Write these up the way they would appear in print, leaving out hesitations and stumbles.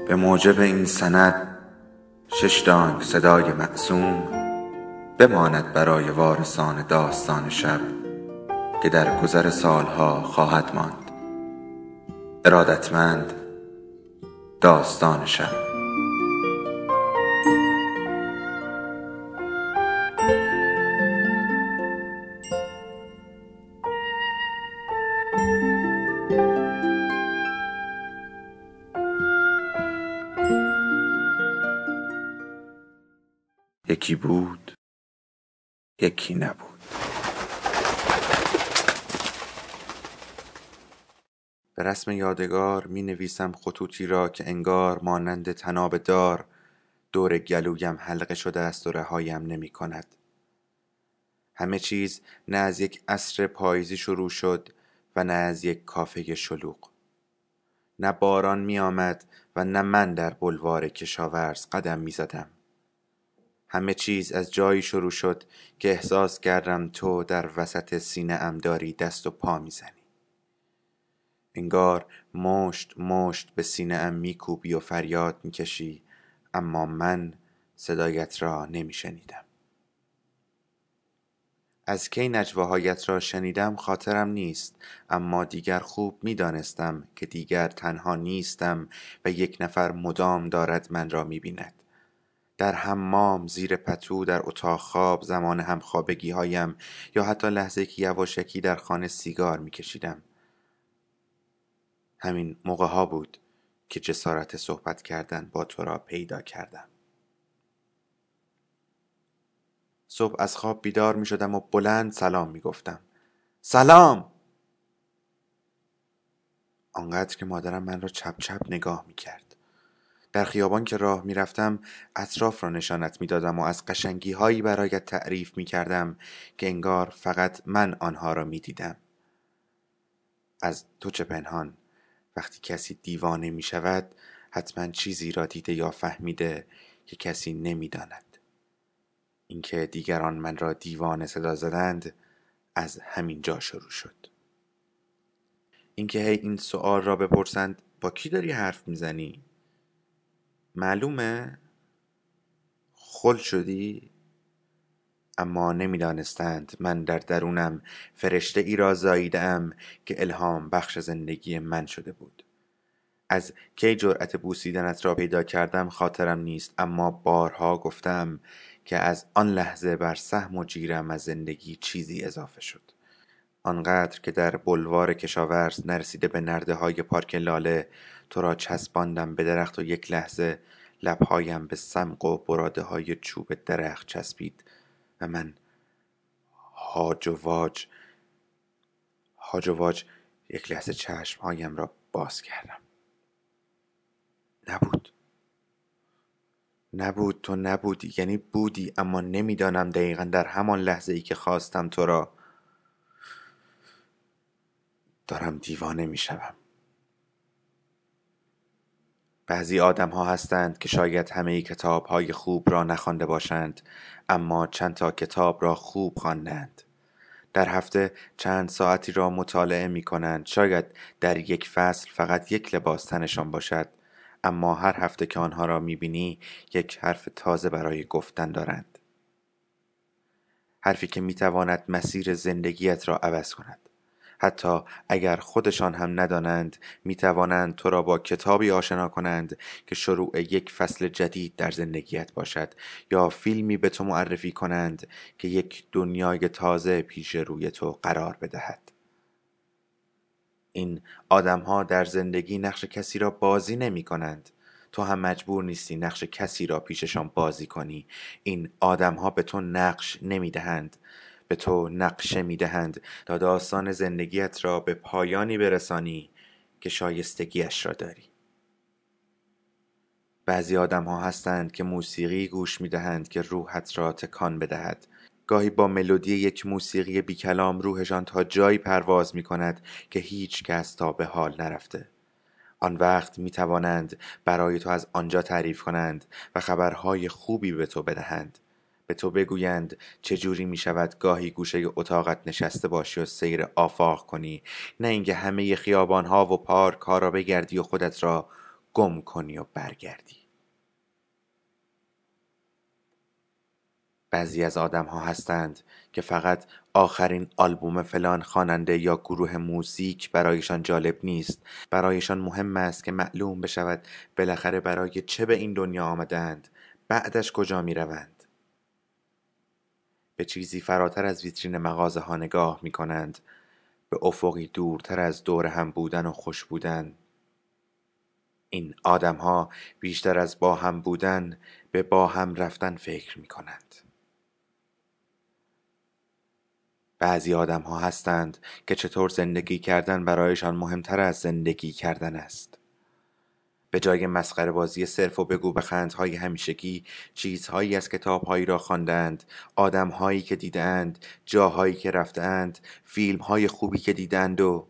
به موجب این سند 6 دانگ صدای معصوم بماند برای وارثان داستان شب که در گذر سالها خواهد ماند. ارادتمند، داستان شب. یکی بود، یکی نبود. به رسم یادگار می نویسم خطوطی را که انگار مانند طناب دار دور گلویم حلقه شده است و رهایم نمی کند. همه چیز نه از یک عصر پاییزی شروع شد و نه از یک کافه شلوغ. نه باران می آمد و نه من در بلوار کشاورز قدم می زدم. همه چیز از جایی شروع شد که احساس کردم تو در وسط سینه ام داری دست و پا می زنی. انگار مشت مشت به سینه ام می کوبی و فریاد می کشی، اما من صدایت را نمی شنیدم. از کی نجواهایت را شنیدم خاطرم نیست، اما دیگر خوب می دانستم که دیگر تنها نیستم و یک نفر مدام دارد من را می بیند. در حمام، زیر پتو، در اتاق خواب، زمان همخوابگی هایم یا حتی لحظه که یواشکی در خانه سیگار می کشیدم. همین موقع ها بود که جسارت صحبت کردن با تو را پیدا کردم. صبح از خواب بیدار می شدم و بلند سلام می گفتم. سلام! آنقدر که مادرم من را چپ چپ نگاه می کرد. در خیابان که راه می رفتم اطراف را نشانت می دادم و از قشنگی هایی برایت تعریف می کردم که انگار فقط من آنها را می دیدم. از تو چه پنهان، وقتی کسی دیوانه می شود حتما چیزی را دیده یا فهمیده که کسی نمی داند. اینکه دیگران من را دیوانه صدا زدند از همین جا شروع شد. اینکه هی این سوال را بپرسند با کی داری حرف می زنی؟ معلومه؟ خل شدی؟ اما نمیدانستند من در درونم فرشته ای را زاییدم که الهام بخش زندگی من شده بود. از کی جرأت بوسیدنت را پیدا کردم خاطرم نیست، اما بارها گفتم که از آن لحظه بر سهم و جیرم از زندگی چیزی اضافه شد. آنقدر که در بلوار کشاورز نرسیده به نرده های پارک لاله تو را چسباندم به درخت و یک لحظه لبهایم به سمق و براده های چوب درخت چسبید و من هاج و واج یک لحظه چشمهایم را باز کردم. نبود، تو نبودی، یعنی بودی، اما نمیدانم دقیقا در همان لحظه ای که خواستم تو را دارم دیوانه میشوم. بعضی آدم ها هستند که شاید همه کتاب های خوب را نخوانده باشند، اما چند تا کتاب را خوب خواندند. در هفته چند ساعتی را مطالعه می کنند. شاید در یک فصل فقط یک لباس تنشان باشد، اما هر هفته که آنها را می بینی یک حرف تازه برای گفتن دارند. حرفی که می تواند مسیر زندگیت را عوض کند. حتی اگر خودشان هم ندانند می توانند تو را با کتابی آشنا کنند که شروع یک فصل جدید در زندگیت باشد، یا فیلمی به تو معرفی کنند که یک دنیای تازه پیش روی تو قرار بدهد. این آدم‌ها در زندگی نقش کسی را بازی نمی کنند. تو هم مجبور نیستی نقش کسی را پیششان بازی کنی. این آدم‌ها به تو نقش نمی دهند، به تو نقشه می دهند تا داستان زندگیت را به پایانی برسانی که شایستگیش را داری. بعضی آدم ها هستند که موسیقی گوش می دهند که روحت را تکان بدهد. گاهی با ملودی یک موسیقی بی کلام روحشان تا جایی پرواز می کند که هیچ کس تا به حال نرفته. آن وقت می توانند برای تو از آنجا تعریف کنند و خبرهای خوبی به تو بدهند. به تو بگویند چجوری می شود گاهی گوشه اتاقت نشسته باشی و سیر آفاق کنی، نه اینکه همه خیابانها و پارک ها را بگردی و خودت را گم کنی و برگردی. بعضی از آدم ها هستند که فقط آخرین آلبوم فلان خواننده یا گروه موزیک برایشان جالب نیست. برایشان مهم است که معلوم بشود بالاخره برای چه به این دنیا آمدند، بعدش کجا می روند. به چیزی فراتر از ویترین مغازه ها نگاه می کنند، به افقی دورتر از دور هم بودن و خوش بودن. این آدم ها بیشتر از با هم بودن به با هم رفتن فکر می کنند. بعضی آدم ها هستند که چطور زندگی کردن برایشان مهمتر از زندگی کردن است. به جای مسخره بازی صرف و بگو بخندهای همیشگی، چیزهایی از کتابهایی را خواندند، آدمهایی که دیدند، جاهایی که رفتند، فیلمهای خوبی که دیدند و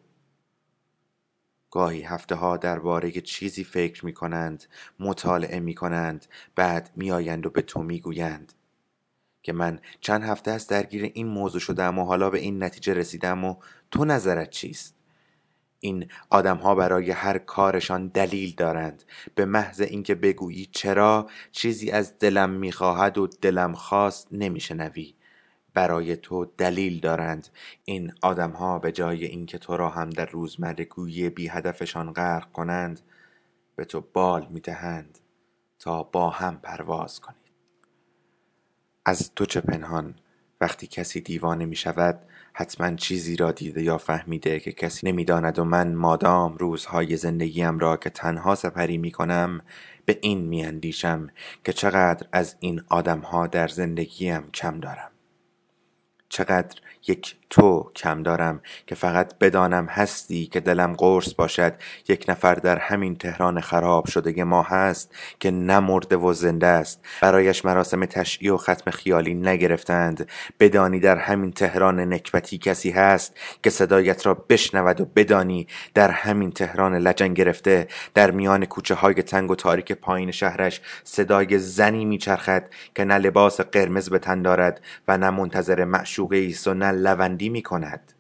گاهی هفته ها درباره چیزی فکر می کنند، مطالعه می کنند، بعد می آیند و به تو می گویند که من چند هفته است درگیر این موضوع شدم و حالا به این نتیجه رسیدم و تو نظرت چیست؟ این آدم ها برای هر کارشان دلیل دارند. به محض اینکه بگویی چرا، چیزی از دلم میخواهد و دلم خواست نمیشنوی. برای تو دلیل دارند. این آدم ها به جای اینکه تو را هم در روزمرگی بی هدفشان غرق کنند، به تو بال میدهند تا با هم پرواز کنید. از تو چه پنهان؟ وقتی کسی دیوانه می شود حتما چیزی را دیده یا فهمیده که کسی نمی داند و من مادام روزهای زندگیم را که تنها سپری می کنم به این می اندیشم که چقدر از این آدمها در زندگیم کم دارم. چقدر یک تو کم دارم که فقط بدانم هستی، که دلم قرص باشد یک نفر در همین تهران خراب شده ما هست که نمرده و زنده است، برایش مراسم تشییع و ختم خیالی نگرفتند. بدانی در همین تهران نکبتی کسی هست که صدایت را بشنود و بدانی در همین تهران لجن گرفته در میان کوچه های تنگ و تاریک پایین شهرش صدای زنی میچرخد که نه لباس قرمز به تن دارد و نه منتظر معشوقه ایست و نه لوندی می کند.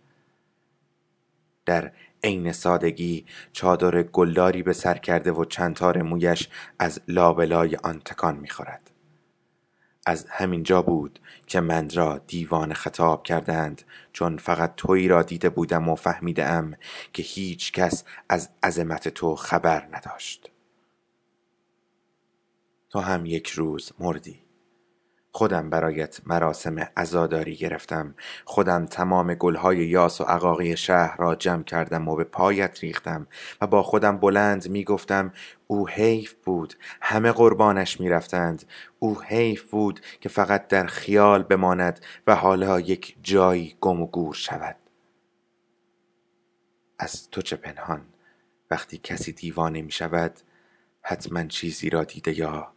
در عین سادگی چادر گلداری به سر کرده و چند تار مویش از لابلای آن تکان می خورد. از همین جا بود که من را دیوانه خطاب کردند، چون فقط تویی را دیده بودم و فهمیدم که هیچ کس از عظمت تو خبر نداشت. تو هم یک روز مردی. خودم برایت مراسم عزاداری گرفتم. خودم تمام گلهای یاس و عقاقی شهر را جمع کردم و به پایت ریختم و با خودم بلند می گفتم او حیف بود همه قربانش می رفتند. او حیف بود که فقط در خیال بماند و حالا یک جایی گم و گور شود. از تو چه پنهان؟ وقتی کسی دیوانه می شود حتما چیزی را دیده یا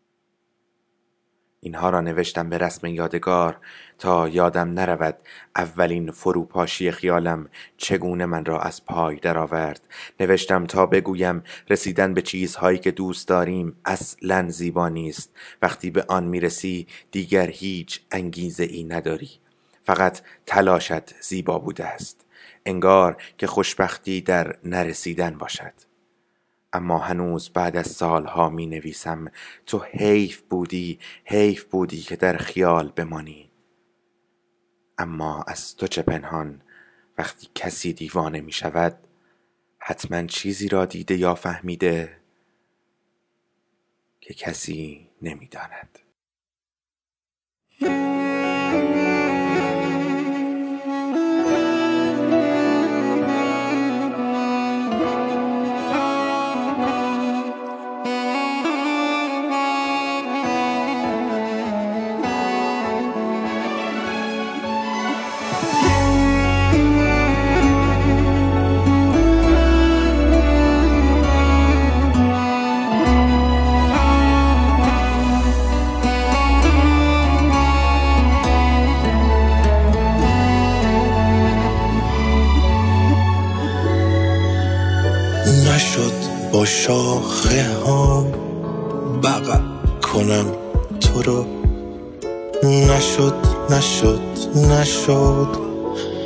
اینها را نوشتم به رسم یادگار تا یادم نرود اولین فروپاشی خیالم چگونه من را از پای درآورد. نوشتم تا بگویم رسیدن به چیزهایی که دوست داریم اصلاً زیبا نیست. وقتی به آن میرسی دیگر هیچ انگیزه ای نداری. فقط تلاشت زیبا بوده است. انگار که خوشبختی در نرسیدن باشد. اما هنوز بعد از سالها می نویسم تو حیف بودی که در خیال بمانی. اما از تو چه پنهان؟ وقتی کسی دیوانه می شود حتما چیزی را دیده یا فهمیده که کسی نمی داند. نشد با شاخه ها بغل کنم تو رو، نشد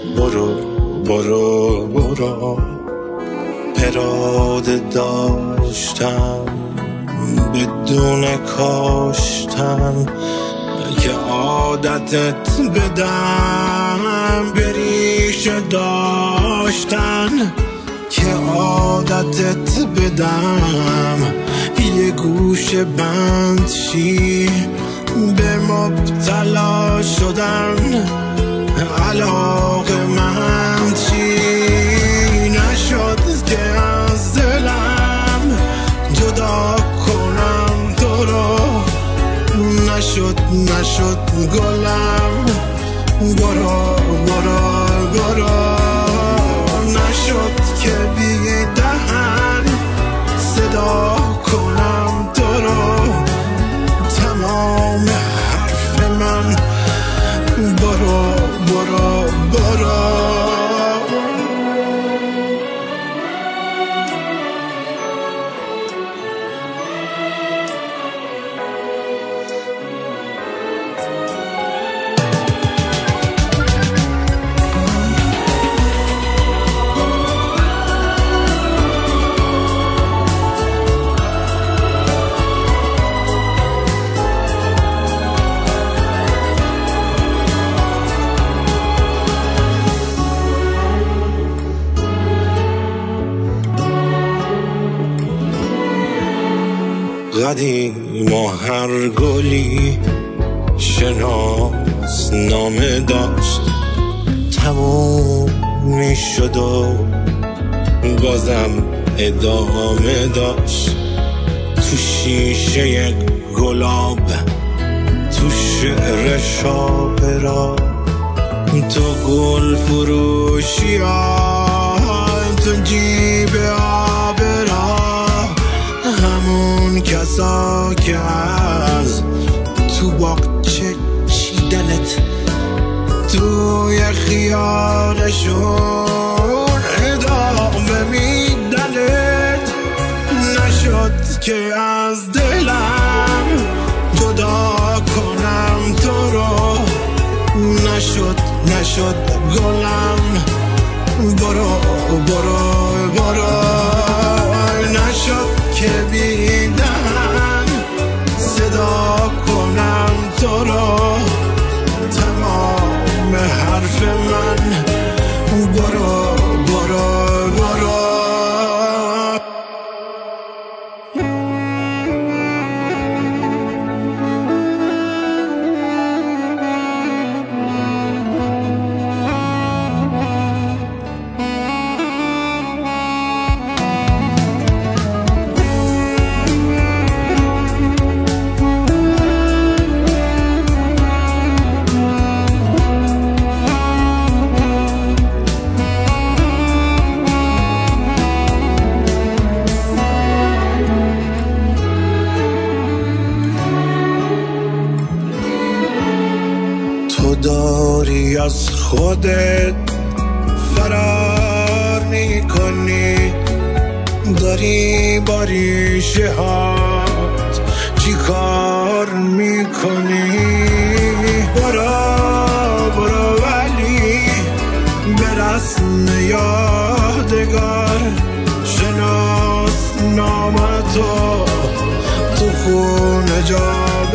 برو پراده دار داشتم بدون کاشتن، که عادتت بدم به ریشه داشتن، که عادتت بدم یه گوشه بند شی به مبتلا شدن، علاقه‌مند شی. نشد که از دلم جدا کنم تو رو، نشد گلم، برو نشد که بی دهن صدا کنم تو رو، تمام حرف من برو قدیم و هر گلی شناس نامه داشت، تموم می شد و بازم ادامه داشت. تو شیشه یک گلاب، تو شعر شاپرا، تو گل فروشی ها، تو جیب آبرا، همون کسا که از تو باغچه چیدنت توی خیالشون ادامه میدنت. نشد که از دلم جدا کنم تو رو، نشد گلم، برو نشد که بی دهن صدا کنم تو رو، تمام حرف من برو داری از خودت فرار میکنی، داری با ریشه هات چی کار میکنی؟ برو ولی به رسم یادگار شناس نامتو تو خونه جا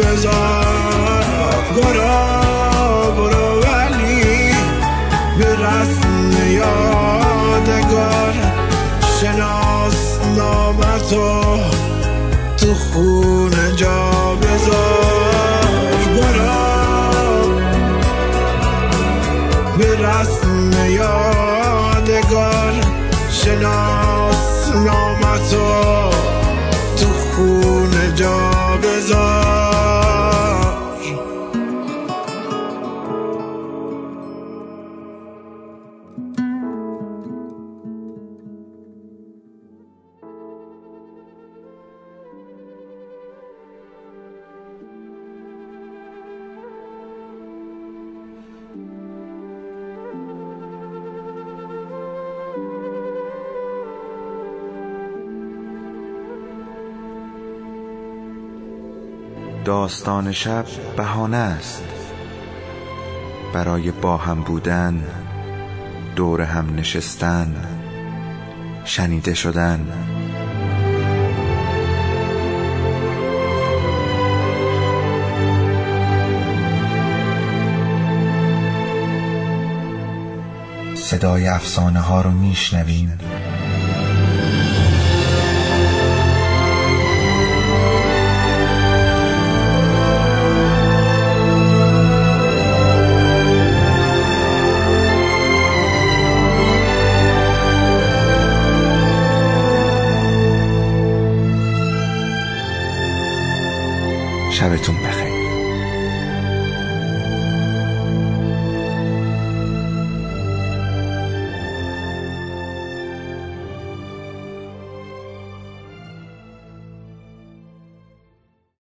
بذار. برو ولی به رسم یادگار شناس نامتو تو خونه جا بذار. برو به رسم یادگار شناس نامتو تو خونه جا بذار. داستان شب بهانه است برای با هم بودن، دور هم نشستن، شنیده شدن. صدای افسانه ها رو میشنویم